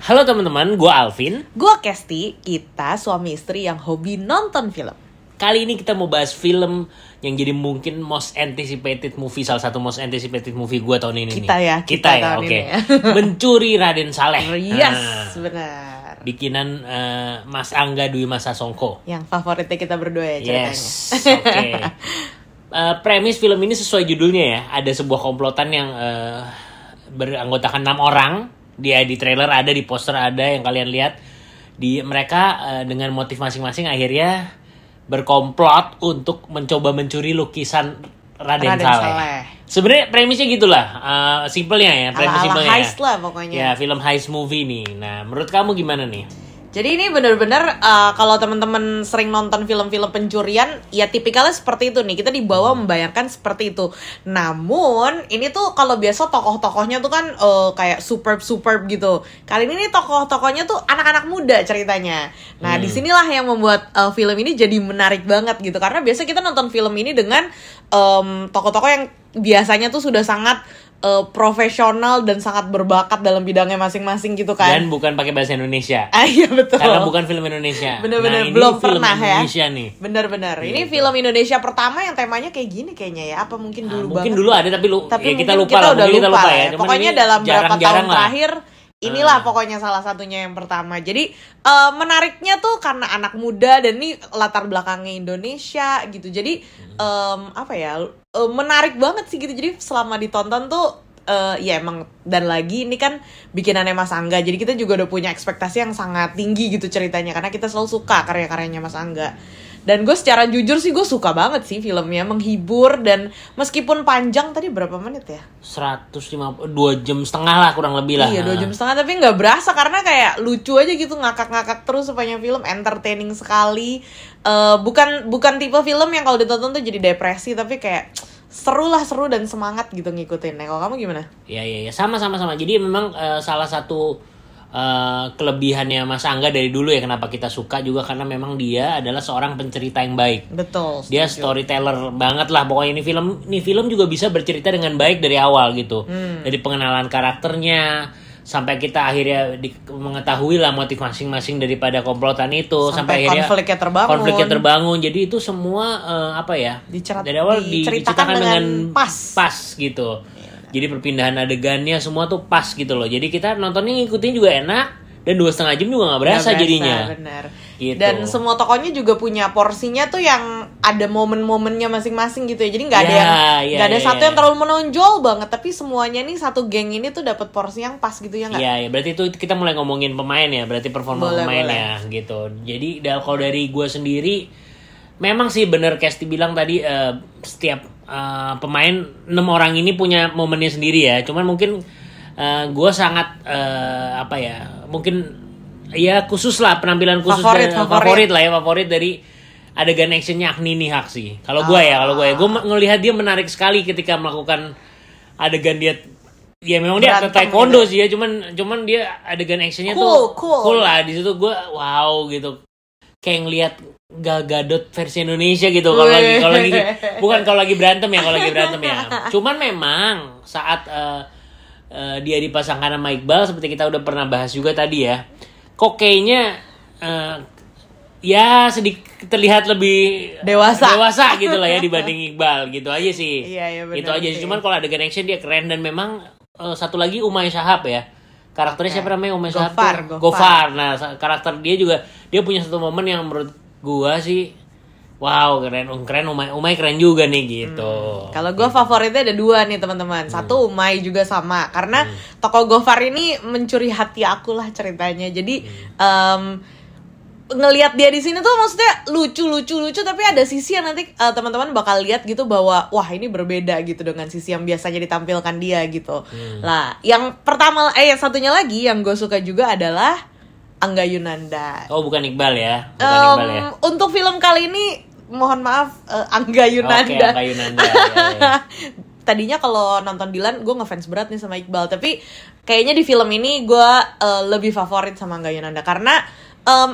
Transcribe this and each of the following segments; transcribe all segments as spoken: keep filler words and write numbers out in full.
Halo teman-teman, gue Alvin. Gue Kesti, kita suami istri yang hobi nonton film. Kali ini kita mau bahas film yang jadi mungkin most anticipated movie, salah satu most anticipated movie gue tahun ini. Kita nih. ya, kita, kita ya, tahun oke. ini ya. Mencuri Raden Saleh. Yes, nah, benar. Bikinan uh, Mas Angga Dwi Mas Sasongko. Yang favoritnya kita berdua ya ceritanya. Yes, oke. Okay. uh, premis film ini sesuai judulnya ya. Ada sebuah komplotan yang uh, beranggotakan enam orang. Dia di trailer ada, di poster ada yang kalian lihat. Di mereka uh, dengan motif masing-masing akhirnya berkomplot untuk mencoba mencuri lukisan Raden, Raden Saleh. Saleh. Sebenarnya premisnya gitulah, uh, simpelnya ya, premis Ala-ala simpelnya. heist ya. lah pokoknya. Ya, film heist movie nih. Nah, menurut kamu gimana nih? Jadi ini benar-benar uh, kalau teman-teman sering nonton film-film pencurian, ya tipikalnya seperti itu nih. Kita dibawa membayangkan seperti itu. Namun ini tuh kalau biasa tokoh-tokohnya tuh kan uh, kayak superb-superb gitu. Kali ini nih tokoh-tokohnya tuh anak-anak muda ceritanya. Nah, hmm. disinilah yang membuat uh, film ini jadi menarik banget gitu. Karena biasa kita nonton film ini dengan um, tokoh-tokoh yang biasanya tuh sudah sangat Uh, profesional dan sangat berbakat dalam bidangnya masing-masing gitu kan. Dan bukan pakai bahasa Indonesia. Ah, iya betul. Karena bukan film Indonesia. Bener-bener nah, belum film pernah Indonesia ya. nih. Bener-bener. Gitu. Ini film Indonesia pertama yang temanya kayak gini kayaknya ya. Apa mungkin dulu nah, banget? Mungkin dulu ada tapi, lu, tapi ya kita lupa kita lah. Udah mungkin lupa, kita lupa ya. ya. Pokoknya dalam beberapa tahun lah. terakhir inilah hmm. pokoknya salah satunya yang pertama. Jadi uh, menariknya tuh karena anak muda dan ini latar belakangnya Indonesia gitu. Jadi um, apa ya? Uh, menarik banget sih gitu. Jadi selama ditonton tuh Uh, ya emang, dan lagi ini kan bikinannya Mas Angga, jadi kita juga udah punya ekspektasi yang sangat tinggi gitu ceritanya, karena kita selalu suka karya-karyanya Mas Angga. Dan gue secara jujur sih gue suka banget sih filmnya, menghibur, dan meskipun panjang, tadi berapa menit ya? seratus lima puluh, dua jam setengah lah kurang lebih lah. Iya, dua jam setengah, tapi gak berasa karena kayak lucu aja gitu, ngakak-ngakak terus sepanjang film, entertaining sekali. uh, Bukan bukan tipe film yang kalau ditonton tuh jadi depresi, tapi kayak seru lah, seru dan semangat gitu ngikutin. Nah, kalau kamu gimana? Iya, iya, ya. sama sama sama. Jadi memang uh, salah satu uh, kelebihannya Mas Angga dari dulu ya kenapa kita suka juga karena memang dia adalah seorang pencerita yang baik. Betul. Dia setuju. Storyteller banget lah pokoknya. Ini film, ini film juga bisa bercerita dengan baik dari awal gitu. Hmm. Dari pengenalan karakternya sampai kita akhirnya di, mengetahui lah motif masing-masing daripada komplotan itu, sampai, sampai akhirnya konfliknya terbangun. Konfliknya terbangun. Jadi itu semua uh, apa ya? Dicerat, dari awal diceritakan dengan, dengan pas, pas gitu. Ya, jadi perpindahan adegannya semua tuh pas gitu loh. Jadi kita nontonnya ngikutin juga enak. Dan dua setengah jam juga nggak berasa, berasa jadinya. Benar. Gitu. Dan semua tokohnya juga punya porsinya tuh yang ada momen-momennya masing-masing gitu ya. Jadi nggak ada ya, yang ya, nggak ada ya, satu ya. yang terlalu menonjol banget. Tapi semuanya nih satu geng ini tuh dapat porsi yang pas gitu ya nggak? Iya, ya, berarti itu kita mulai ngomongin pemain ya. Berarti performa boleh, pemainnya boleh. Gitu. Jadi kalau dari gue sendiri, memang sih bener Kesti bilang tadi uh, setiap uh, pemain enam orang ini punya momennya sendiri ya. Cuman mungkin Uh, gue sangat uh, apa ya mungkin ya khusus lah penampilan khusus favorit, dan, favorit. favorit lah ya favorit dari adegan actionnya Agni Nihak sih kalau gue ah. ya kalau gue ya gue ngelihat dia menarik sekali ketika melakukan adegan dia ya memang dia atlet taekwondo gitu. Sih ya cuman cuman dia adegan actionnya cool, tuh cool cool lah di situ gue wow gitu kayak ngelihat Gal Gadot versi Indonesia gitu kalau lagi kalau lagi bukan kalau lagi berantem ya kalau lagi berantem ya cuman memang saat uh, Uh, dia dipasangkan sama Iqbal seperti kita udah pernah bahas juga tadi ya. Kok kayaknya uh, ya sedikit terlihat lebih dewasa dewasa gitu lah ya dibanding Iqbal gitu aja sih. Iya, iya benar. Itu aja sih. Cuman kalau adegan action dia keren dan memang uh, satu lagi Umay Shahab ya. Karakternya okay. Siapa namanya Umay Shahab? Gofar, Gofar. Gofar. Nah, karakter dia juga dia punya satu momen yang menurut gua sih wow, keren, keren Umay, Umay keren juga nih gitu. Hmm. Kalau gue favoritnya ada dua nih teman-teman. Satu Umay juga sama, karena hmm. tokoh Gofar ini mencuri hati aku lah ceritanya. Jadi hmm. um, ngelihat dia di sini tuh maksudnya lucu, lucu, lucu. Tapi ada sisi yang nanti uh, teman-teman bakal lihat gitu bahwa wah ini berbeda gitu dengan sisi yang biasanya ditampilkan dia gitu. Hmm. Lah, yang pertama, eh yang satunya lagi yang gue suka juga adalah Angga Yunanda. Oh bukan Iqbal ya? Bukan um, Iqbal ya? Untuk film kali ini mohon maaf uh, Angga Yunanda. Oke, Angga Yunanda. ya, ya. Tadinya kalau nonton Dilan gue ngefans berat nih sama Iqbal, tapi kayaknya di film ini gue uh, lebih favorit sama Angga Yunanda karena um,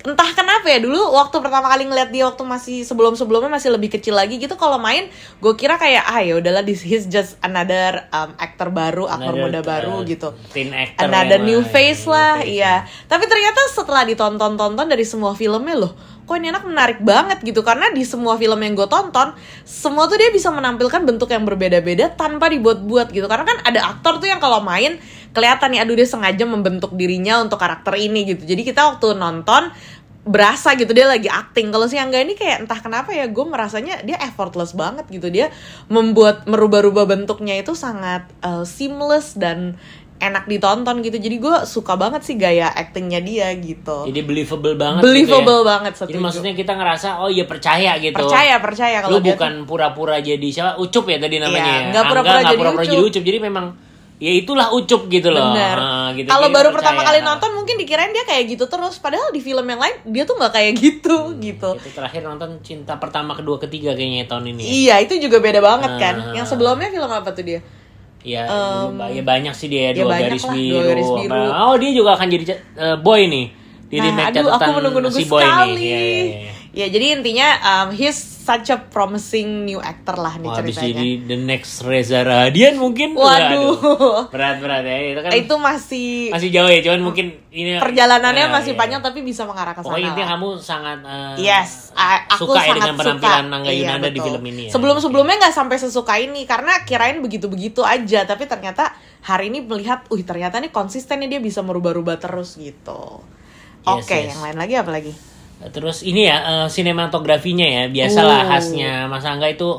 entah kenapa ya dulu waktu pertama kali ngeliat dia waktu masih sebelum-sebelumnya masih lebih kecil lagi gitu, kalau main gue kira kayak ah ya udahlah, this is just another um, aktor baru, aktor muda uh, baru gitu, teen actor, another new face lah, face iya. Tapi ternyata setelah ditonton-tonton dari semua filmnya loh, kok ini anak menarik banget gitu, karena di semua film yang gue tonton semua tuh dia bisa menampilkan bentuk yang berbeda-beda tanpa dibuat-buat gitu. Karena kan ada aktor tuh yang kalau main kelihatan nih, aduh dia sengaja membentuk dirinya untuk karakter ini gitu. Jadi kita waktu nonton berasa gitu dia lagi acting. Kalau si Angga ini kayak entah kenapa ya, gue merasanya dia effortless banget gitu. Dia membuat merubah-rubah bentuknya itu sangat uh, seamless dan enak ditonton gitu. Jadi gue suka banget sih gaya actingnya dia gitu. Jadi believable banget. Believable gitu ya. banget, setuju. Jadi maksudnya kita ngerasa oh iya percaya gitu. Percaya percaya kalau lu bukan tuh pura-pura jadi siapa, Ucup ya tadi namanya. Iya, nggak pura-pura, Angga, jadi, pura-pura Ucup. jadi Ucup. Jadi memang ya itulah Ucup gitu loh. Bener. Nah, gitu, kalau gitu baru percaya. Pertama kali nonton mungkin dikirain dia kayak gitu terus, padahal di film yang lain dia tuh nggak kayak gitu hmm, gitu. Itu terakhir nonton Cinta Pertama Kedua Ketiga kayaknya tahun ini. Ya? Iya, itu juga beda banget kan. Nah. Yang sebelumnya film apa tuh dia? Ya, um, ya banyak sih dia, ya dua, garis lah, biru. dua garis biru. Oh, dia juga akan jadi uh, boy nih. Di nah, remake aduh, catatan aku menunggu-nunggu si boy sekali. nih. Ya, ya, ya. Ya, jadi intinya um, he's such a promising new actor lah nih oh, ceritanya. Habis jadi the next Reza Radian mungkin. Waduh. Berat-berat ya. Itu kan itu masih masih jauh ya, cuman mungkin ini perjalanannya uh, masih iya. panjang tapi bisa mengarah ke sana. Pokoknya intinya kamu sangat uh, yes, aku suka sangat ya dengan penampilan suka. Angga Yunanda iya, di film ini ya. Sebelum-sebelumnya nggak sampai sesuka ini karena kirain begitu-begitu aja, tapi ternyata hari ini melihat, uh ternyata nih konsistennya dia bisa merubah-rubah terus gitu. Yes, Oke, okay, yes. Yang lain lagi apa lagi? Terus ini ya uh, sinematografinya ya, biasalah uh. khasnya Mas Angga itu.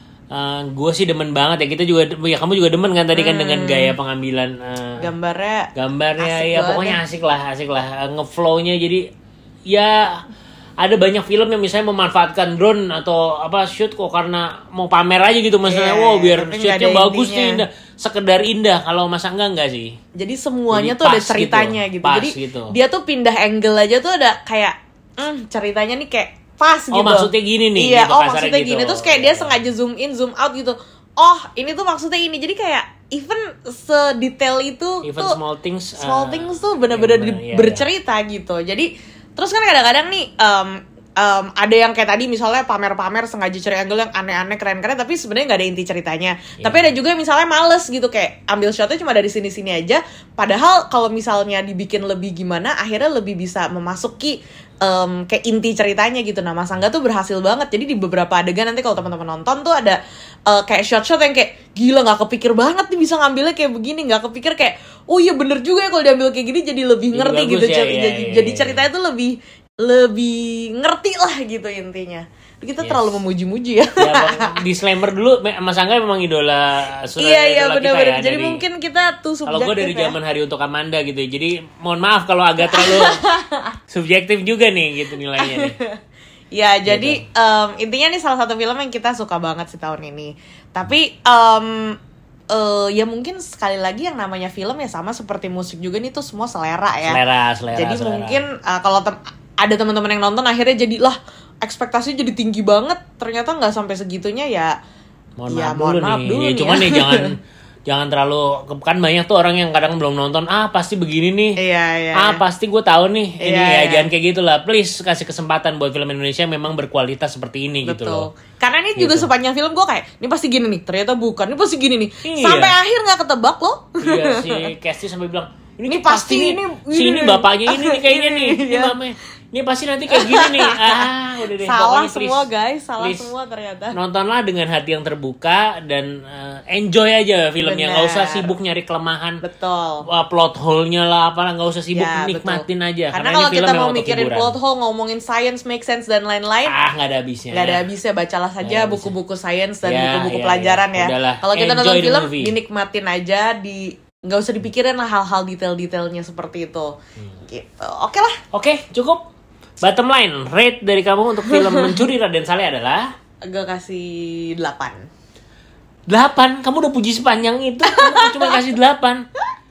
Uh, gue sih demen banget ya, kita juga ya kamu juga demen kan tadi kan hmm. dengan gaya pengambilan uh, gambarnya gambarnya ya pokoknya ya. asik lah asik lah uh, ngeflownya. Jadi ya ada banyak film yang misalnya memanfaatkan drone atau apa shoot kok karena mau pamer aja gitu maksudnya, yeah, wow biar shootnya bagus nih, indah, sekedar indah. Kalau Mas Angga enggak sih, jadi semuanya jadi tuh ada ceritanya gitu, gitu. Jadi gitu. Dia tuh pindah angle aja tuh ada kayak mm, ceritanya nih kayak pas gitu. Oh maksudnya gini nih. Iya, gitu, oh maksudnya gitu. gini. Terus kayak dia sengaja zoom in, zoom out gitu. Oh ini tuh maksudnya ini. Jadi kayak even sedetail itu even tuh small things. Small uh, things tuh bener-bener iya, bercerita iya. gitu. Jadi terus kan kadang-kadang nih um, um, ada yang kayak tadi misalnya pamer-pamer sengaja cari angle yang aneh-aneh keren-keren tapi sebenarnya nggak ada inti ceritanya. Yeah. Tapi ada juga misalnya males gitu kayak ambil shotnya cuma dari sini-sini aja. Padahal kalau misalnya dibikin lebih gimana akhirnya lebih bisa memasuki Um, kayak inti ceritanya gitu. Nah Mas Angga tuh berhasil banget. Jadi di beberapa adegan nanti kalau teman-teman nonton tuh ada uh, kayak shot-shot yang kayak gila nggak kepikir banget nih bisa ngambilnya kayak begini, nggak kepikir kayak oh iya bener juga ya kalau diambil kayak gini jadi lebih jadi ngerti gitu. Ya, jadi ya, ya, jadi ya. ceritanya tuh lebih lebih ngerti lah gitu intinya. Kita yes. terlalu memuji-muji ya. Ya disclaimer dulu, Mas Angga memang idola. Iya iya benar-benar. Ya, jadi dari, mungkin kita tuh subjektif. Kalau gue dari ya. zaman Hari Untuk Amanda gitu. Jadi mohon maaf kalau agak terlalu subjektif juga nih gitu nilainya nih. Ya gitu. Jadi um, intinya nih salah satu film yang kita suka banget sih tahun ini. Tapi um, uh, ya mungkin sekali lagi yang namanya film ya sama seperti musik juga nih tuh semua selera ya. Selera, selera. Jadi selera. mungkin uh, kalau tem- ada teman-teman yang nonton akhirnya jadi lah ekspektasinya jadi tinggi banget, ternyata nggak sampai segitunya ya. Mohon ya, maaf mohon dulu maaf nih. Dulu ya, nih cuman ya. nih jangan jangan terlalu, kan banyak tuh orang yang kadang belum nonton, ah pasti begini nih. Iya, iya. Ah pasti gue tahu nih. Iya, ini ya iya. jangan kayak gitulah. Please kasih kesempatan buat film Indonesia memang berkualitas seperti ini. Betul. Gitu loh. Karena ini gitu. juga sepanjang film gue kayak ini pasti gini nih, ternyata bukan. Ini pasti gini nih. Iya. Sampai akhir nggak ketebak loh. Iya si Kesti sampai bilang ini, ini pasti, pasti ini, si ini bapaknya ini nih kayaknya nih. Ini iya. mamanya. Ini pasti nanti kayak gini nih. Ah, udah deh. Salah Pokoknya, semua please, guys, salah please, semua ternyata. Nontonlah dengan hati yang terbuka dan uh, enjoy aja filmnya. Nggak usah sibuk nyari kelemahan. Betul. Uh, plot hole-nya lah, apalah, nggak usah sibuk ya, nikmatin betul. aja. Karena, Karena kalau ini film kita mau untuk mikirin hiburan. plot hole, ngomongin science, make sense dan lain-lain, ah nggak ada habisnya. Nggak ada habisnya. Bacalah saja ya, buku-buku science dan ya, buku-buku ya, pelajaran ya. ya. Kalau kita nonton film, movie. dinikmatin aja, di nggak usah dipikirin lah hal-hal detail-detailnya seperti itu. Hmm. Gitu. Oke lah. Oke, cukup. Bottom line, rate dari kamu untuk film Mencuri Raden Saleh adalah? Gue kasih delapan. delapan? Kamu udah puji sepanjang itu, kamu cuma kasih delapan.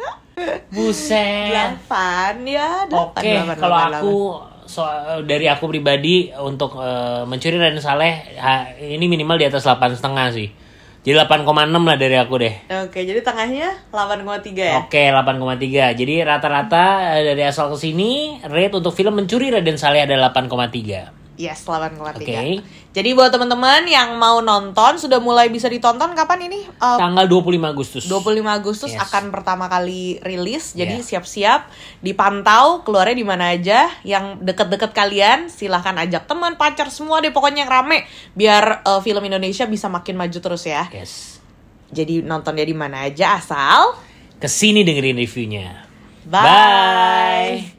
Buset. delapan ya, delapan. Oke, kalau aku so, dari aku pribadi untuk uh, Mencuri Raden Saleh ha, ini minimal di atas delapan setengah sih. Jadi delapan koma enam lah dari aku deh. Oke, jadi tengahnya delapan koma tiga ya? Oke, delapan koma tiga. Jadi rata-rata dari asal ke sini rate untuk film Mencuri Raden Saleh ada delapan koma tiga. Yes, delapan koma tiga. Oke. Jadi buat teman-teman yang mau nonton, sudah mulai bisa ditonton kapan ini? Uh, Tanggal dua puluh lima Agustus. dua puluh lima Agustus Yes. akan pertama kali rilis. Jadi Yeah. siap-siap, dipantau keluarnya di mana aja. Yang deket-deket kalian silahkan ajak teman, pacar, semua deh pokoknya yang rame biar uh, film Indonesia bisa makin maju terus ya. Yes. Jadi nontonnya di mana aja asal Kesini dengerin reviewnya. Bye. Bye.